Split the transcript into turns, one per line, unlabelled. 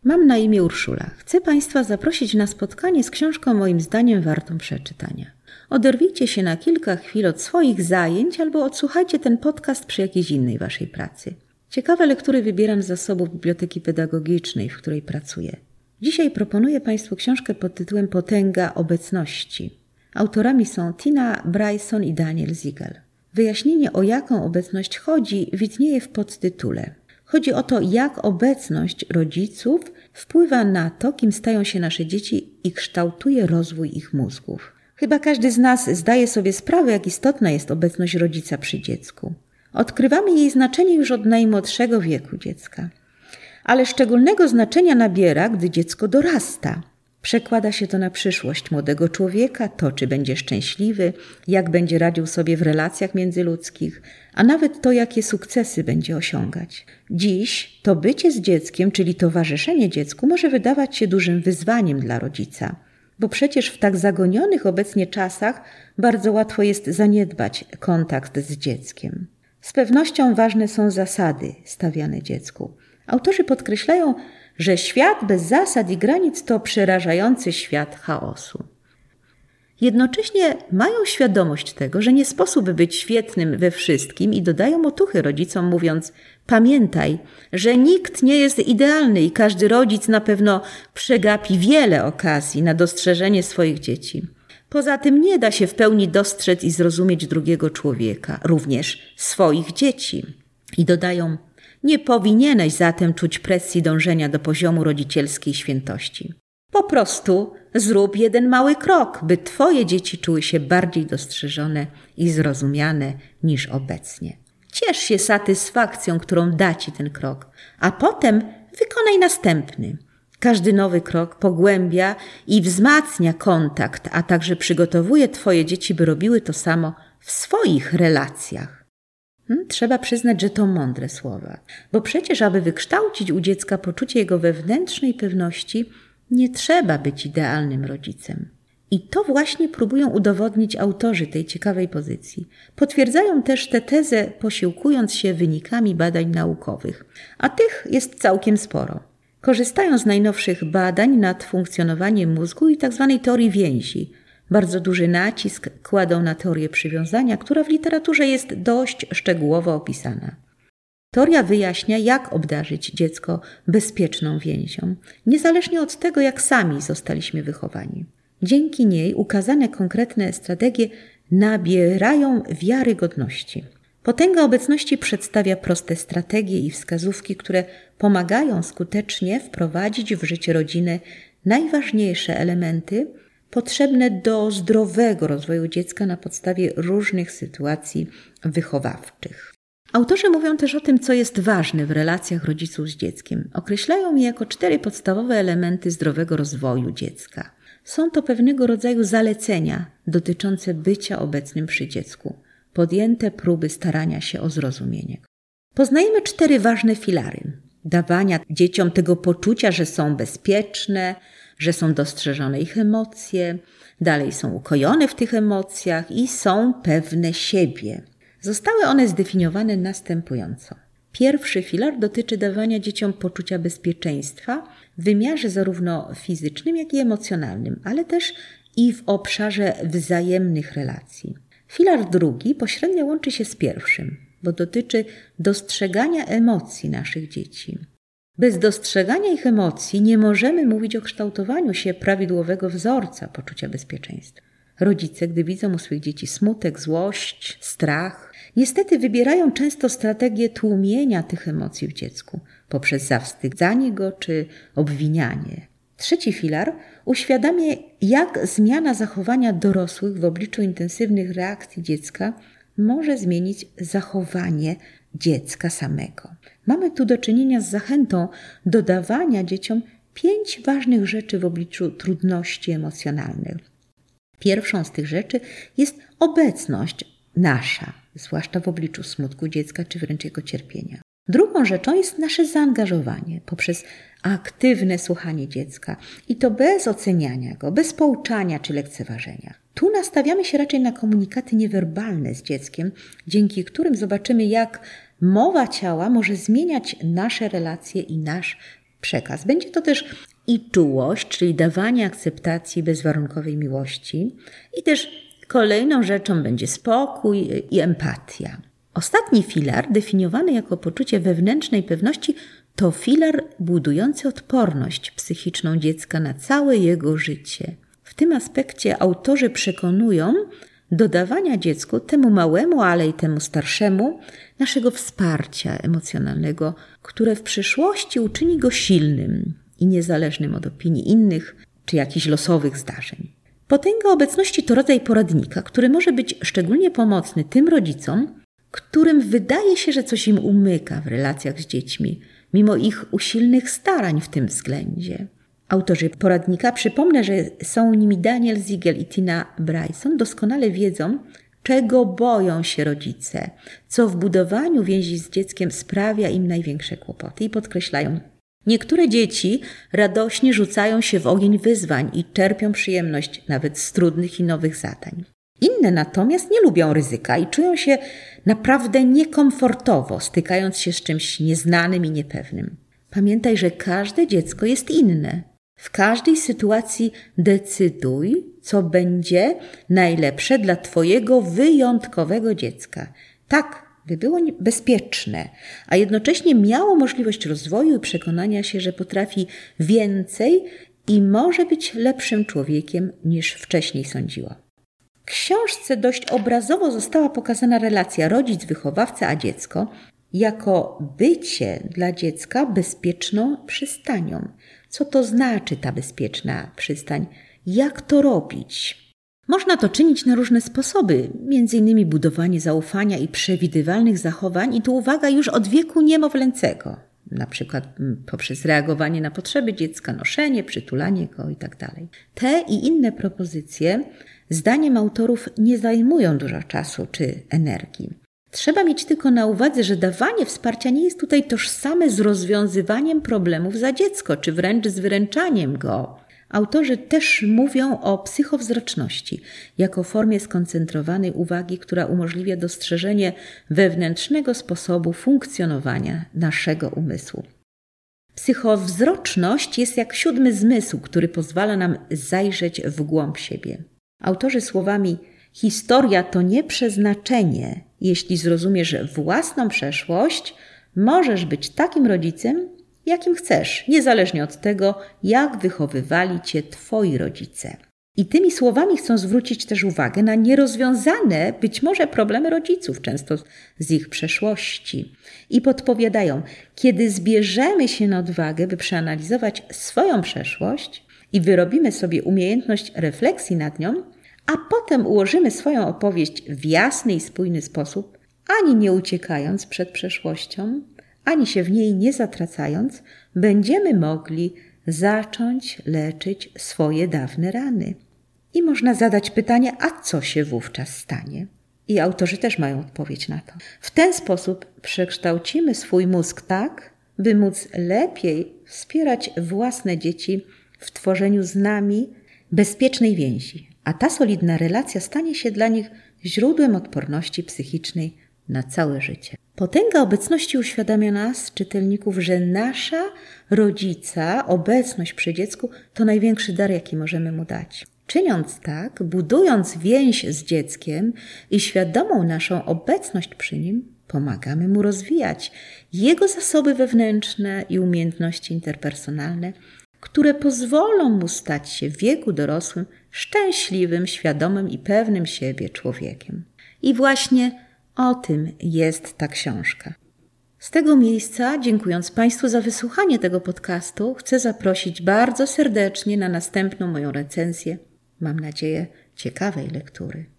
Mam na imię Urszula. Chcę Państwa zaprosić na spotkanie z książką moim zdaniem wartą przeczytania. Oderwijcie się na kilka chwil od swoich zajęć albo odsłuchajcie ten podcast przy jakiejś innej Waszej pracy. Ciekawe lektury wybieram z zasobów Biblioteki Pedagogicznej, w której pracuję. Dzisiaj proponuję Państwu książkę pod tytułem Potęga obecności. Autorami są Tina Bryson i Daniel Siegel. Wyjaśnienie, o jaką obecność chodzi, widnieje w podtytule. Chodzi o to, jak obecność rodziców wpływa na to, kim stają się nasze dzieci i kształtuje rozwój ich mózgów. Chyba każdy z nas zdaje sobie sprawę, jak istotna jest obecność rodzica przy dziecku. Odkrywamy jej znaczenie już od najmłodszego wieku dziecka. Ale szczególnego znaczenia nabiera, gdy dziecko dorasta. Przekłada się to na przyszłość młodego człowieka, to czy będzie szczęśliwy, jak będzie radził sobie w relacjach międzyludzkich, a nawet to, jakie sukcesy będzie osiągać. Dziś to bycie z dzieckiem, czyli towarzyszenie dziecku, może wydawać się dużym wyzwaniem dla rodzica, bo przecież w tak zagonionych obecnie czasach bardzo łatwo jest zaniedbać kontakt z dzieckiem. Z pewnością ważne są zasady stawiane dziecku. Autorzy podkreślają, że świat bez zasad i granic to przerażający świat chaosu. Jednocześnie mają świadomość tego, że nie sposób być świetnym we wszystkim i dodają otuchy rodzicom, mówiąc: pamiętaj, że nikt nie jest idealny i każdy rodzic na pewno przegapi wiele okazji na dostrzeżenie swoich dzieci. Poza tym nie da się w pełni dostrzec i zrozumieć drugiego człowieka, również swoich dzieci. I dodają: nie powinieneś zatem czuć presji dążenia do poziomu rodzicielskiej świętości. Po prostu zrób jeden mały krok, by Twoje dzieci czuły się bardziej dostrzeżone i zrozumiane niż obecnie. Ciesz się satysfakcją, którą da Ci ten krok, a potem wykonaj następny. Każdy nowy krok pogłębia i wzmacnia kontakt, a także przygotowuje Twoje dzieci, by robiły to samo w swoich relacjach. Trzeba przyznać, że to mądre słowa, bo przecież, aby wykształcić u dziecka poczucie jego wewnętrznej pewności, nie trzeba być idealnym rodzicem. I to właśnie próbują udowodnić autorzy tej ciekawej pozycji. Potwierdzają też tę tezę, posiłkując się wynikami badań naukowych, a tych jest całkiem sporo. Korzystają z najnowszych badań nad funkcjonowaniem mózgu i tzw. teorii więzi. Bardzo duży nacisk kładą na teorię przywiązania, która w literaturze jest dość szczegółowo opisana. Teoria wyjaśnia, jak obdarzyć dziecko bezpieczną więzią, niezależnie od tego, jak sami zostaliśmy wychowani. Dzięki niej ukazane konkretne strategie nabierają wiarygodności. Potęga obecności przedstawia proste strategie i wskazówki, które pomagają skutecznie wprowadzić w życie rodziny najważniejsze elementy potrzebne do zdrowego rozwoju dziecka na podstawie różnych sytuacji wychowawczych. Autorzy mówią też o tym, co jest ważne w relacjach rodziców z dzieckiem. Określają je jako 4 podstawowe elementy zdrowego rozwoju dziecka. Są to pewnego rodzaju zalecenia dotyczące bycia obecnym przy dziecku, podjęte próby starania się o zrozumienie. Poznajemy 4 ważne filary dawania dzieciom tego poczucia, że są bezpieczne, że są dostrzeżone ich emocje, dalej są ukojone w tych emocjach i są pewne siebie. Zostały one zdefiniowane następująco. Pierwszy filar dotyczy dawania dzieciom poczucia bezpieczeństwa w wymiarze zarówno fizycznym, jak i emocjonalnym, ale też i w obszarze wzajemnych relacji. Filar drugi pośrednio łączy się z pierwszym, bo dotyczy dostrzegania emocji naszych dzieci. Bez dostrzegania ich emocji nie możemy mówić o kształtowaniu się prawidłowego wzorca poczucia bezpieczeństwa. Rodzice, gdy widzą u swych dzieci smutek, złość, strach, niestety wybierają często strategię tłumienia tych emocji w dziecku poprzez zawstydzanie go czy obwinianie. Trzeci filar uświadamia, jak zmiana zachowania dorosłych w obliczu intensywnych reakcji dziecka może zmienić zachowanie dziecka samego. Mamy tu do czynienia z zachętą do dawania dzieciom 5 ważnych rzeczy w obliczu trudności emocjonalnych. Pierwszą z tych rzeczy jest obecność nasza, zwłaszcza w obliczu smutku dziecka czy wręcz jego cierpienia. Drugą rzeczą jest nasze zaangażowanie poprzez aktywne słuchanie dziecka i to bez oceniania go, bez pouczania czy lekceważenia. Tu nastawiamy się raczej na komunikaty niewerbalne z dzieckiem, dzięki którym zobaczymy, jak mowa ciała może zmieniać nasze relacje i nasz przekaz. Będzie to też i czułość, czyli dawanie akceptacji bezwarunkowej miłości. I też kolejną rzeczą będzie spokój i empatia. Ostatni filar, definiowany jako poczucie wewnętrznej pewności, to filar budujący odporność psychiczną dziecka na całe jego życie. W tym aspekcie autorzy przekonują do dawania dziecku, temu małemu, ale i temu starszemu, naszego wsparcia emocjonalnego, które w przyszłości uczyni go silnym i niezależnym od opinii innych czy jakichś losowych zdarzeń. Potęga obecności to rodzaj poradnika, który może być szczególnie pomocny tym rodzicom, którym wydaje się, że coś im umyka w relacjach z dziećmi, mimo ich usilnych starań w tym względzie. Autorzy poradnika, przypomnę, że są nimi Daniel Siegel i Tina Bryson, doskonale wiedzą, czego boją się rodzice, co w budowaniu więzi z dzieckiem sprawia im największe kłopoty i podkreślają: niektóre dzieci radośnie rzucają się w ogień wyzwań i czerpią przyjemność nawet z trudnych i nowych zadań. Inne natomiast nie lubią ryzyka i czują się naprawdę niekomfortowo, stykając się z czymś nieznanym i niepewnym. Pamiętaj, że każde dziecko jest inne. W każdej sytuacji decyduj, co będzie najlepsze dla Twojego wyjątkowego dziecka. Tak, by było bezpieczne, a jednocześnie miało możliwość rozwoju i przekonania się, że potrafi więcej i może być lepszym człowiekiem niż wcześniej sądziło. W książce dość obrazowo została pokazana relacja rodzic-wychowawca a dziecko jako bycie dla dziecka bezpieczną przystanią. Co to znaczy ta bezpieczna przystań? Jak to robić? Można to czynić na różne sposoby, m.in. budowanie zaufania i przewidywalnych zachowań i tu uwaga już od wieku niemowlęcego, na przykład poprzez reagowanie na potrzeby dziecka, noszenie, przytulanie go itd. Te i inne propozycje, zdaniem autorów, nie zajmują dużo czasu czy energii. Trzeba mieć tylko na uwadze, że dawanie wsparcia nie jest tutaj tożsame z rozwiązywaniem problemów za dziecko, czy wręcz z wyręczaniem go. Autorzy też mówią o psychowzroczności jako formie skoncentrowanej uwagi, która umożliwia dostrzeżenie wewnętrznego sposobu funkcjonowania naszego umysłu. Psychowzroczność jest jak 7. zmysł, który pozwala nam zajrzeć w głąb siebie. Autorzy słowami: historia to nie przeznaczenie. Jeśli zrozumiesz własną przeszłość, możesz być takim rodzicem, jakim chcesz, niezależnie od tego, jak wychowywali cię twoi rodzice. I tymi słowami chcą zwrócić też uwagę na nierozwiązane być może problemy rodziców, często z ich przeszłości. I podpowiadają, kiedy zbierzemy się na odwagę, by przeanalizować swoją przeszłość i wyrobimy sobie umiejętność refleksji nad nią, a potem ułożymy swoją opowieść w jasny i spójny sposób, ani nie uciekając przed przeszłością, ani się w niej nie zatracając, będziemy mogli zacząć leczyć swoje dawne rany. I można zadać pytanie, a co się wówczas stanie? I autorzy też mają odpowiedź na to. W ten sposób przekształcimy swój mózg tak, by móc lepiej wspierać własne dzieci w tworzeniu z nami bezpiecznej więzi, a ta solidna relacja stanie się dla nich źródłem odporności psychicznej na całe życie. Potęga obecności uświadamia nas, czytelników, że nasza rodzica, obecność przy dziecku to największy dar, jaki możemy mu dać. Czyniąc tak, budując więź z dzieckiem i świadomą naszą obecność przy nim, pomagamy mu rozwijać jego zasoby wewnętrzne i umiejętności interpersonalne, które pozwolą mu stać się w wieku dorosłym szczęśliwym, świadomym i pewnym siebie człowiekiem. I właśnie o tym jest ta książka. Z tego miejsca, dziękując Państwu za wysłuchanie tego podcastu, chcę zaprosić bardzo serdecznie na następną moją recenzję, mam nadzieję, ciekawej lektury.